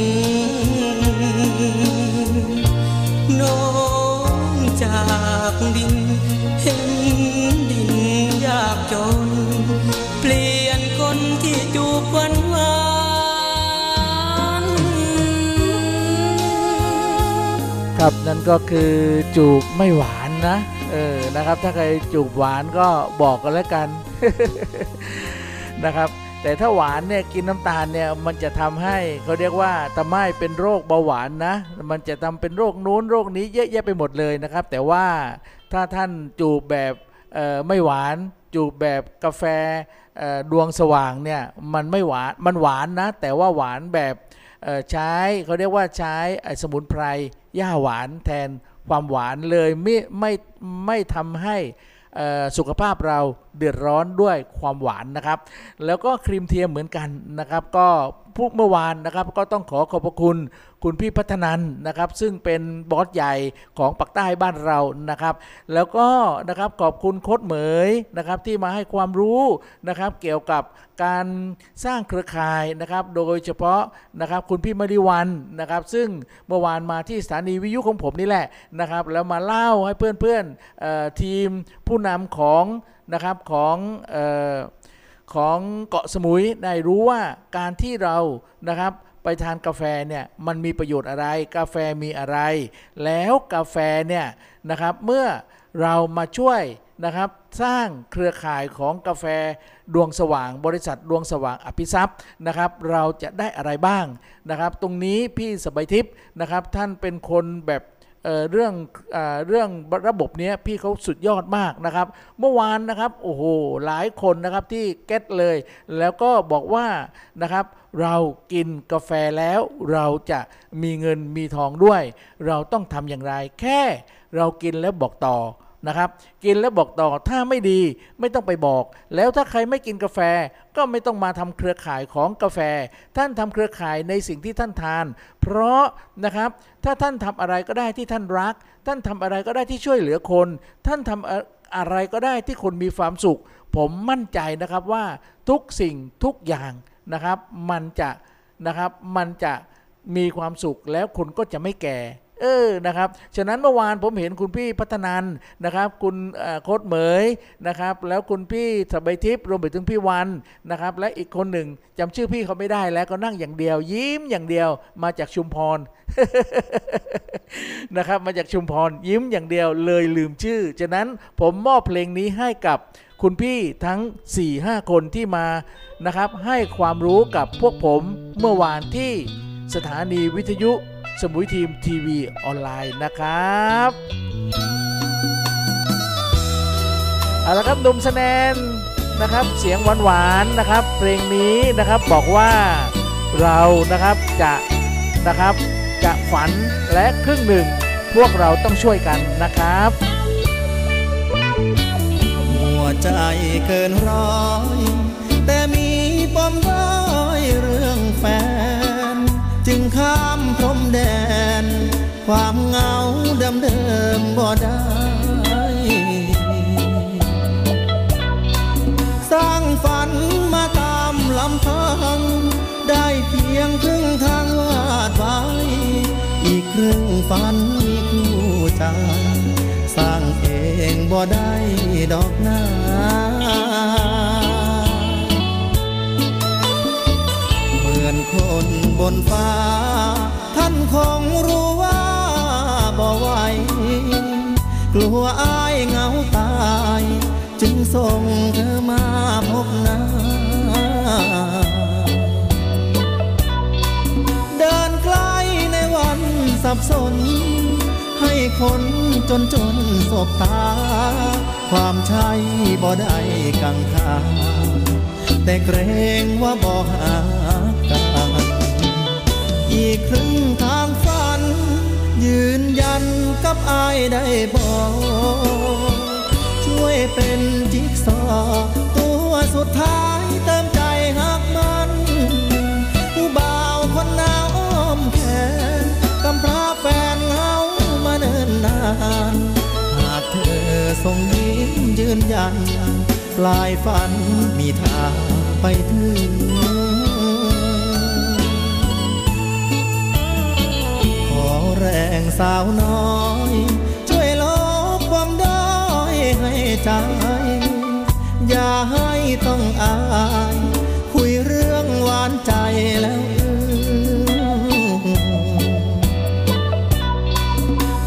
น้องจากดินเห็นดินยครับนั่นก็คือจูบไม่หวานนะเออนะครับถ้าใครจูบหวานก็บอกกันแล้วกัน นะครับแต่ถ้าหวานเนี่ยกินน้ำตาลเนี่ยมันจะทำให้เขาเรียกว่าทำให้เป็นโรคเบาหวานนะมันจะทำเป็นโรคนู้นโรคนี้เยอะแยะไปหมดเลยนะครับแต่ว่าถ้าท่านจูบแบบไม่หวานจูบแบบกาแฟดวงสว่างเนี่ยมันไม่หวานมันหวานนะแต่ว่าหวานแบบใช้เขาเรียกว่าใช้สมุนไพรหญ้าหวานแทนความหวานเลยไม่ไม่ไม่ทำให้สุขภาพเราเดือดร้อนด้วยความหวานนะครับแล้วก็ครีมเทียมเหมือนกันนะครับก็พวกเมื่อวานนะครับก็ต้องขอขอบพระคุณคุณพี่พัฒนันนะครับซึ่งเป็นบอสใหญ่ของปากใต้บ้านเรานะครับแล้วก็นะครับขอบคุณโค้ชเหมยนะครับที่มาให้ความรู้นะครับเกี่ยวกับการสร้างเครือข่ายนะครับโดยเฉพาะนะครับคุณพี่มริวันนะครับซึ่งเมื่อวานมาที่สถานีวิทยุของผมนี่แหละนะครับแล้วมาเล่าให้เพื่อนๆทีมผู้นำของนะครับของเอ่อของเกาะสมุยได้รู้ว่าการที่เรานะครับไปทานกาแฟเนี่ยมันมีประโยชน์อะไรกาแฟมีอะไรแล้วกาแฟเนี่ยนะครับเมื่อเรามาช่วยนะครับสร้างเครือข่ายของกาแฟดวงสว่างบริษัทดวงสว่างอภิทรัพย์นะครับเราจะได้อะไรบ้างนะครับตรงนี้พี่สบายทิพย์นะครับท่านเป็นคนแบบเอ่อเรื่องเอ่อเรื่องระบบนี้พี่เขาสุดยอดมากนะครับเมื่อวานนะครับโอ้โหหลายคนนะครับที่เก็ตเลยแล้วก็บอกว่านะครับเรากินกาแฟแล้วเราจะมีเงินมีทองด้วยเราต้องทำอย่างไรแค่เรากินแล้วบอกต่อนะครับกินแล้วบอกต่อถ้าไม่ดีไม่ต้องไปบอกแล้วถ้าใครไม่กินกาแฟก็ไม่ต้องมาทำเครือข่ายของกาแฟท่านทำเครือข่ายในสิ่งที่ท่านทานเพราะนะครับถ้าท่านทำอะไรก็ได้ที่ท่านรักท่านทำอะไรก็ได้ที่ช่วยเหลือคนท่านทำอะไรก็ได้ที่คนมีความสุขผมมั่นใจนะครับว่าทุกสิ่งทุกอย่างนะครับมันจะนะครับมันจะมีความสุขแล้วคนก็จะไม่แก่เออนะครับฉะนั้นเมื่อวานผมเห็นคุณพี่พัฒนันนะครับคุณโค้ชเหมยนะครับแล้วคุณพี่สบายทิพย์รวมไปถึงพี่วันนะครับและอีกคนหนึ่งจำชื่อพี่เขาไม่ได้แล้วก็นั่งอย่างเดียวยิ้มอย่างเดียวมาจากชุมพร นะครับมาจากชุมพรยิ้มอย่างเดียวเลยลืมชื่อฉะนั้นผมมอบเพลงนี้ให้กับคุณพี่ทั้ง สี่ห้า คนที่มานะครับให้ความรู้กับพวกผมเมื่อวานที่สถานีวิทยุสมุยทีมทีวีออนไลน์นะครับเอาละครับหนุ่มแสนนนะครับเสียงหวานๆนะครับเพลงนี้นะครับบอกว่าเรานะครับจะนะครับจะฝันและครึ่งหนึ่งพวกเราต้องช่วยกันนะครับหัวใจเกินร้อยแต่มีปมด้อยเรื่องแฟนจึงข้ามพรมแดนความเหงาเดิมเดิมบ่ได้สร้างฝันมาตามลำพังได้เพียงครึ่งทางวาดไว้อีกครึ่งฝันมีคู่ใจสร้างเองบ่ได้ดอกหน้าเหมือนคนบนฟ้าท่านคงรู้ว่าบ่ไหวกลัวอายเหงาตายจึงส่งเธอมาพบหน้าเดินใกล้ในวันสับสนให้คนจนจนสบตาความใช่บ่ได้กังขาแต่เกรงว่าบ่หากันอีกครึ่งทางฝันยืนยันกับอายได้บอกช่วยเป็นจิ๊กซอว์ตัวสุดท้ายเติมใจหักมันผู้บ่าวคนหนาวอ้อมแขนกำพร้าแฟนเหงามาเนิ่นนานหากเธอส่งยิ้มยืนยันปลายฝันมีทางไปถึงขอแรงสาวน้อยช่วยลบความด้อยให้ใจอย่าให้ต้องอายคุยเรื่องหวานใจแล้ว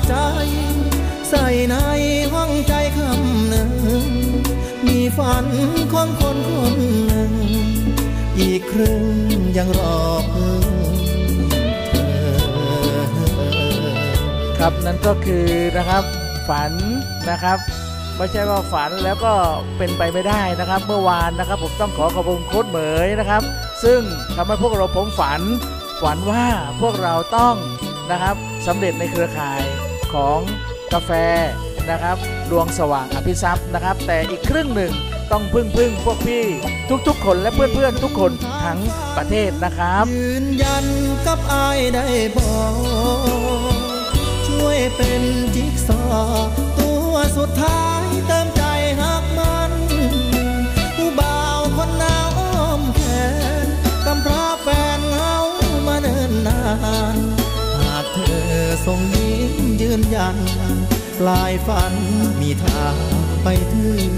ใจใส่ในห้องใจคำหนึ่งมีฝันของคนคนหนึ่งอีกครึ่งยังรอเพิ่งเธอครับนั่นก็คือนะครับฝันนะครับไม่ใช่ว่าฝันแล้วก็เป็นไปไม่ได้นะครับเมื่อวานนะครับผมต้องขอขอบคุณโค้ชเหมยนะครับซึ่งทำให้พวกเราผมฝันฝันว่าพวกเราต้องนะครับสำเร็จในเครือข่ายของกาแฟนะครับดวงสว่างอภิทรัพย์นะครับแต่อีกครึ่งหนึ่งต้องพึ่งพึ่งพวกพี่ทุกๆคนและเพื่อนๆทุกคนทั้งประเทศนะครับยืนยันกับอายได้บอกช่วยเป็นจิ๊กซอว์ตัวสุดท้ายเติมใจหักมันผู้บ่าวคนหนาวอ้อมแขนกำพร้าแฟนเงามาเนิ่นนานหากเธอส่งยิ้มยืนยันปลายฝันมีทางไปถึง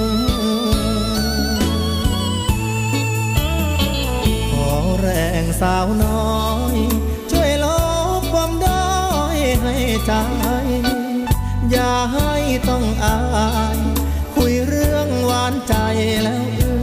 ขอแรงสาวน้อยช่วยลบความด้อยให้ใจอย่าให้ต้องอายคุยเรื่องหวานใจแล้ว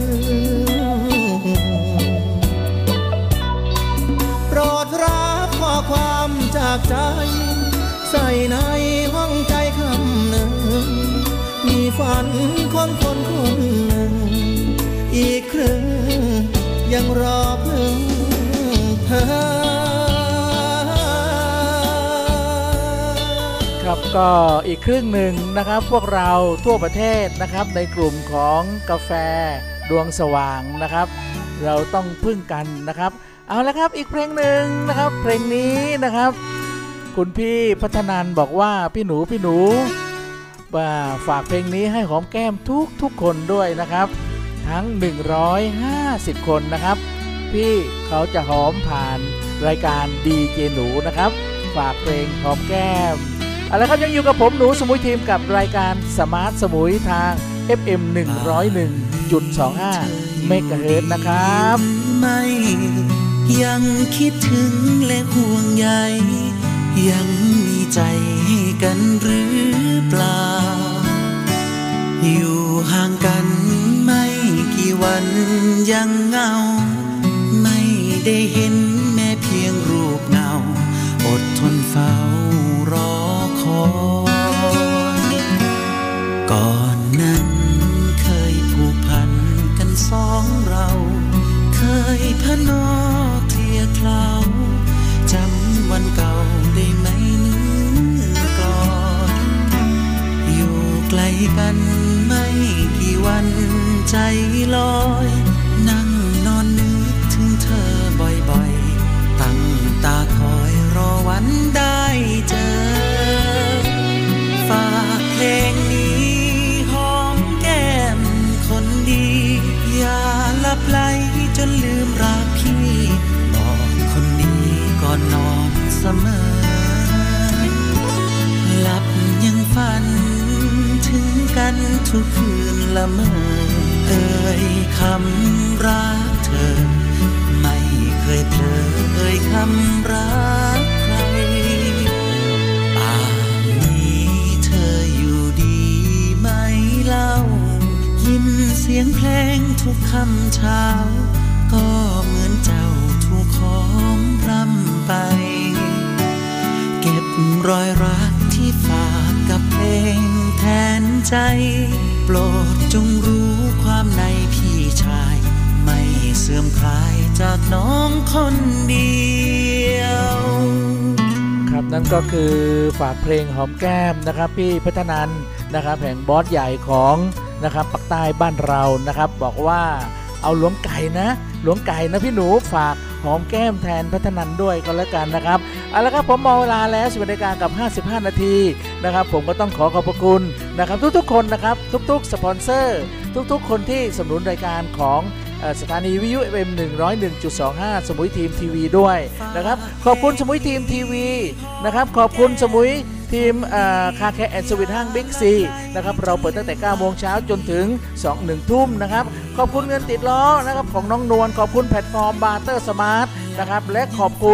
โปรดรับข้อความจากใจใส่ในห้องใจคำหนึ่งมีฝันของคนคนหนึ่งอีกครึ่งยังรอเพิ่งเธอครับก็อีกครึ่งหนึ่งนะครับพวกเราทั่วประเทศนะครับในกลุ่มของกาแฟดวงสว่างนะครับเราต้องพึ่งกันนะครับเอาละครับอีกเพลงหนึ่งนะครับเพลงนี้นะครับคุณพี่พัฒนันบอกว่าพี่หนูพี่หนูฝากเพลงนี้ให้หอมแก้มทุกทุกคนด้วยนะครับทั้งหนึ่งร้อยห้าสิบคนนะครับพี่เขาจะหอมผ่านรายการดีเจหนูนะครับฝากเพลงหอมแก้มเอาละครับยังอยู่กับผมหนูสมุยทีมกับรายการสมาร์ทสมุยทาง เอฟ เอ็ม หนึ่งร้อยเอ็ดจุดสองห้า เมกะเฮิรตซ์นะครับไม่ยังคิดถึงและห่วงใยยังมีใจให้กันหรือเปล่าอยู่ห่างกันไม่กี่วันยังเหงาไม่ได้เห็นแม้เพียงรูปเงาอดทนเฝ้ารอคอยก่อนนั้นเคยผูกพันกันสองเราเคยพนอเทียคลาวจำวันเก่าได้ไหมเนื้อกลอนอยู่ไกลกันไม่กี่วันใจลอยนั่งนอนนึกถึงเธอบ่อยๆตั้งตาคอยรอวันได้เจอฝากเพลงนี้หอมแก้มคนดีอย่าหลับไหลจนลืมรักพี่บอกคนดีก่อนนอนเสมอหลับยังฝันถึงกันทุกคืนละเมอเอ่ยคำรักเธอไม่เคยเผลอเอ่ยคำรักใครป่านนี้เธออยู่ดีไหมเล่ายินเสียงเพลงทุกค่ำเช้าก็เหมือนเจ้าถูกของพร่ำไปเก็บรอยรักที่ฝากกับเพลงแทนใจโปรดจงรู้ความในพี่ชายไม่เสื่อมคลายจากน้องคนเดียวครับนั่นก็คือฝากเพลงหอมแก้มนะครับพี่พัฒนันนะครับแห่งบอสใหญ่ของนะครับปักใต้บ้านเรานะครับบอกว่าเอาหลวงไก่นะหลวงไก่นะพี่หนูฝากหอมแก้มแทนพัฒนันด้วยก็แล้วกันนะครับเอาละครับผมมองเวลาแล้วสิบนาฬิกากับห้าสิบห้านาทีนะครับผมก็ต้องขอขอบพระคุณนะครับทุกๆคนนะครับทุกๆสปอนเซอร์ทุกๆคนที่สนับสนุนรายการของสถานีวิทยุ เอฟ เอ็ม หนึ่งร้อยเอ็ดจุดสองห้า สมุยทีมทีวีด้วยนะครับขอบคุณสมุยทีมทีวีนะครับขอบคุณสมุยทีมคาแคร์แอนด์สวิทห้างบิ๊กซีนะครับเราเปิดตั้งแต่เก้าโมงเช้าจนถึงสองถึงหนึ่งทุ่มนะครับขอบคุณเงินติดล้อนะครับของน้องนวลขอบคุณแพลตฟอร์มบาร์เตอร์สมาร์ทนะครับและขอบคุณ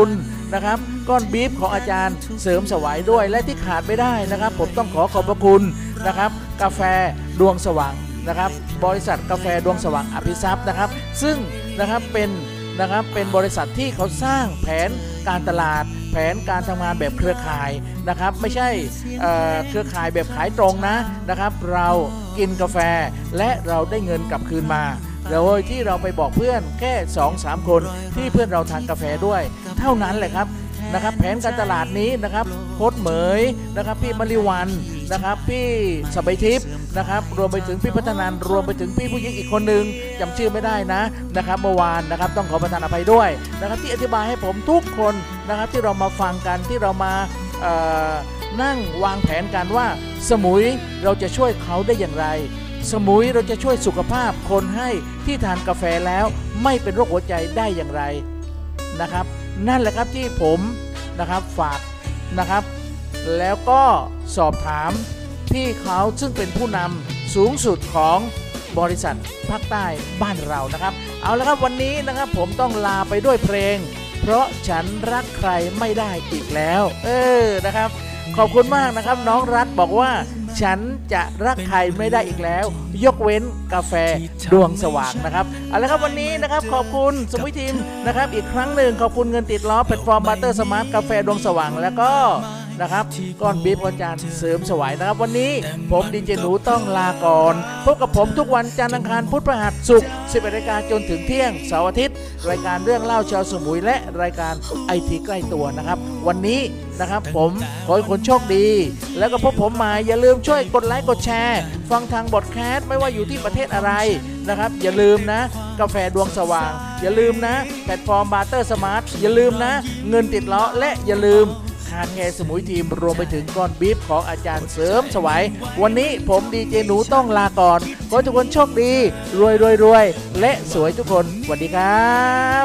นะครับก้อนบีฟของอาจารย์เสริมสวัยด้วยและที่ขาดไม่ได้นะครับผมต้องขอขอบพระคุณนะครับกาแฟดวงสว่างนะครับบริษัทกาแฟดวงสว่างอภิทรัพย์นะครับซึ่งนะครับเป็นนะครับเป็นบริษัทที่เขาสร้างแผนการตลาดแผนการทำงานแบบเครือข่ายนะครับไม่ใช่เอ่อเครือข่ายแบบขายตรงนะนะครับเรากินกาแฟและเราได้เงินกลับคืนมาโดยที่เราไปบอกเพื่อนแค่ สองสาม คนที่เพื่อนเราทานกาแฟด้วยเท่านั้นแหละครับนะครับแผนการตลาดนี้นะครับโค้ชเหมยนะครับพี่มริวันนะครับพี่สบายทิพย์นะครับรวมไปถึงพี่พัฒนันรวมไปถึงพี่ผู้หญิงอีกคนนึงจำชื่อไม่ได้นะนะครับเมื่อวานนะครับต้องขอประทานอภัยด้วยนะครับที่อธิบายให้ผมทุกคนนะครับที่เรามาฟังกันที่เรามาเอ่อนั่งวางแผนกันว่าสมุยเราจะช่วยเขาได้อย่างไรสมุยเราจะช่วยสุขภาพคนให้ที่ทานกาแฟแล้วไม่เป็นโรคหัวใจได้อย่างไรนะครับนั่นแหละครับที่ผมนะครับฝากนะครับแล้วก็สอบถามพี่เขาซึ่งเป็นผู้นำสูงสุดของบริษัทภาคใต้บ้านเรานะครับเอาละครับวันนี้นะครับผมต้องลาไปด้วยเพลงเพราะฉันรักใครไม่ได้อีกแล้วเออนะครับขอบคุณมากนะครับน้องรัฐบอกว่าฉันจะรักใครไม่ได้อีกแล้วยกเว้นกาแฟดวงสว่างนะครับเอาละครับวันนี้นะครับขอบคุณสมุยทีมนะครับอีกครั้งหนึ่งขอบคุณเงินติดล้อแพลตฟอร์มบัตเตอร์สมาร์ทกาแฟดวงสว่างแล้วก็นะครับก้อนบีฟอาจารย์เสริมสวายนะครับวันนี้ผมดีเจหนูต้องลาก่อนพบกับผมทุกวันจันทร์อังคารพุธพฤหัสศุกร์สิบเอ็ดนาฬิกาจนถึงเที่ยงเสาร์อาทิตย์รายการเรื่องเล่าชาวสมุยและรายการไอทีใกล้ตัวนะครับวันนี้นะครับผมขอให้คนโชคดีแล้วก็พบผมมาอย่าลืมช่วยกดไลค์กดแชร์ฟังทางบอดแคสต์ไม่ว่าอยู่ที่ประเทศอะไรนะครับอย่าลืมนะกาแฟดวงสว่างอย่าลืมนะแพลตฟอร์มบัตเตอร์สมาร์ทอย่าลืมนะเงินติดล้อและอย่าลืมคานแงสมุยทีมรวมไปถึงก้อนบีฟของอาจารย์เสริมสวัยวันนี้ผมดีเจหนูต้องลาก่อนขอให้ทุกคนโชคดีรวยรวยรวยและสวยทุกคนสวัสดีครับ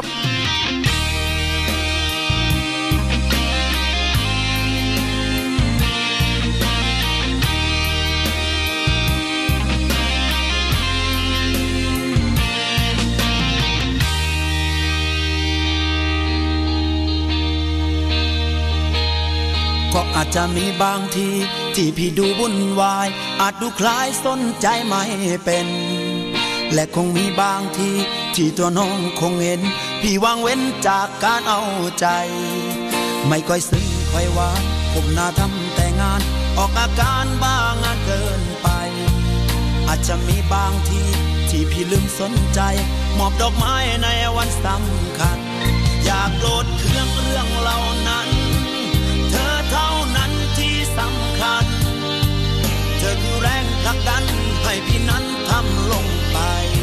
ก็อาจจะมีบางทีที่พี่ดูวุ่นวายอาจดูคล้ายสนใจไม่เป็นและคงมีบางทีที่ตัวน้องคงเห็นพี่วางเว้นจากการเอาใจไม่ค่อยซึ้งค่อยหวานผมน่าทำแต่งานออกอาการบ้างานเกินไปอาจจะมีบางทีที่พี่ลืมสนใจมอบดอกไม้ในวันสำคัญอยากโกรธเคืองเรื่องเหล่านั้นเธอเท่านั้นที่สำคัญเธอคือแรงผลักดันให้พี่นั้นทำลงไป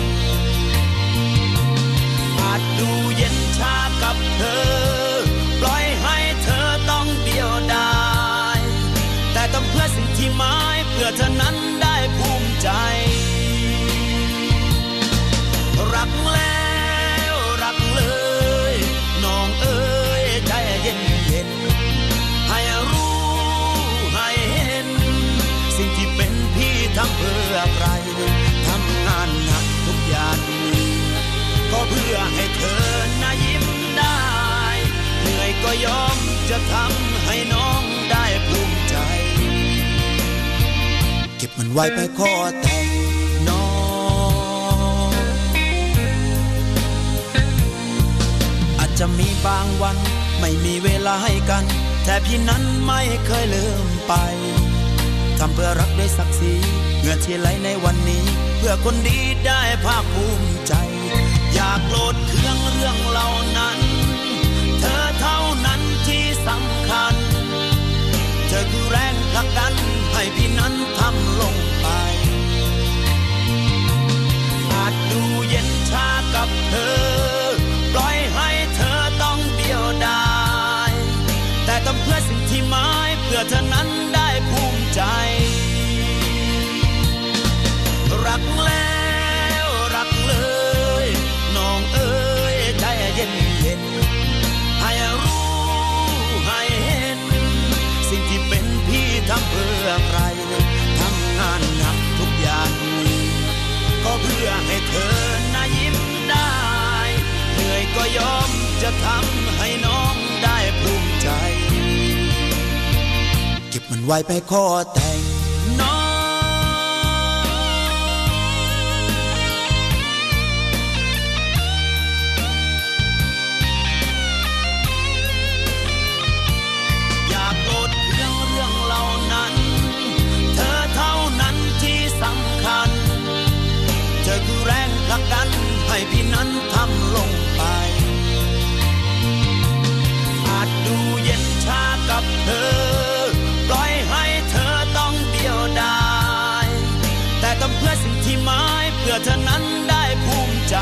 อาจดูเย็นชากับเธอปล่อยให้เธอต้องเดียวดายแต่ต้องเพื่อสิ่งที่หมายเพื่อเธอนั้นได้ภูมิใจรักแล้วรักเลยน้องเอ๋ยใจเย็นเย็นให้รู้ให้เห็นสิ่งที่เป็นพี่ทำเพื่อใครทำงานหนักทุกอย่างก็เพื่อให้เธอน่ายิ้มได้เหนื่อยก็ยอมจะทำให้น้องได้ภูมิใจเก็บมันไว้ไปขอแต่งน้องอาจจะมีบางวันไม่มีเวลาให้กันแต่พี่นั้นไม่เคยลืมไปทำเพื่อรักด้วยศักดิ์ศรีเงื่อนที่ไหลในวันนี้เพื่อคนดีได้ภาคภูมิใจอยากโกรธเคืองเรื่องเหล่านั้นเธอเท่านั้นที่สำคัญเธอคือแรงผลักดันให้พี่นั้นทำลงไปอาจดูเย็นชากับเธอปล่อยให้เธอต้องเดียวดายแต่ทำเพื่อสิ่งที่หมายเพื่อเธอนั้นได้ภูมิใจรักแล้วรักเลยน้องเอ๋ยใจเย็นเย็นให้รู้ให้เห็นสิ่งที่เป็นพี่ทำเพื่อใครทำงานหนักทุกอย่างก็เพื่อให้เธอน่ายิ้มได้เหนื่อยก็ยอมจะทำให้น้องได้ภูมิไว้ไปขอแต่งน้องอย่าโกรธเรื่องเรื่องเหล่านั้นเธอเท่านั้นที่สำคัญเธอคือแรงผลักดันให้พี่นั้นทำลงไปอาจดูเย็นชากับเธอปล่อยให้เธอต้องเดียวดายแต่ทำเพื่อสิ่งที่หมายเพื่อเธอนั้นได้ภูมิใจ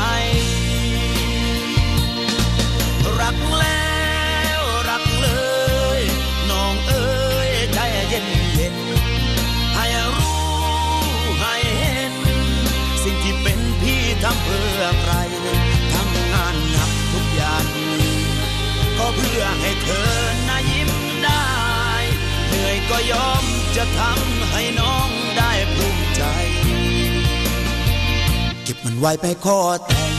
รักแล้วรักเลยน้องเอ๋ยใจเย็นเย็นให้รู้ให้เห็นสิ่งที่เป็นพี่ทำเพื่อใครทำงานหนักทุกอย่างก็เพื่อให้เธอน่ายิ้มได้เหนื่อยก็ยอมจะทำให้น้องได้ภูมิใจเก็บมันไว้ไปขอแต่ง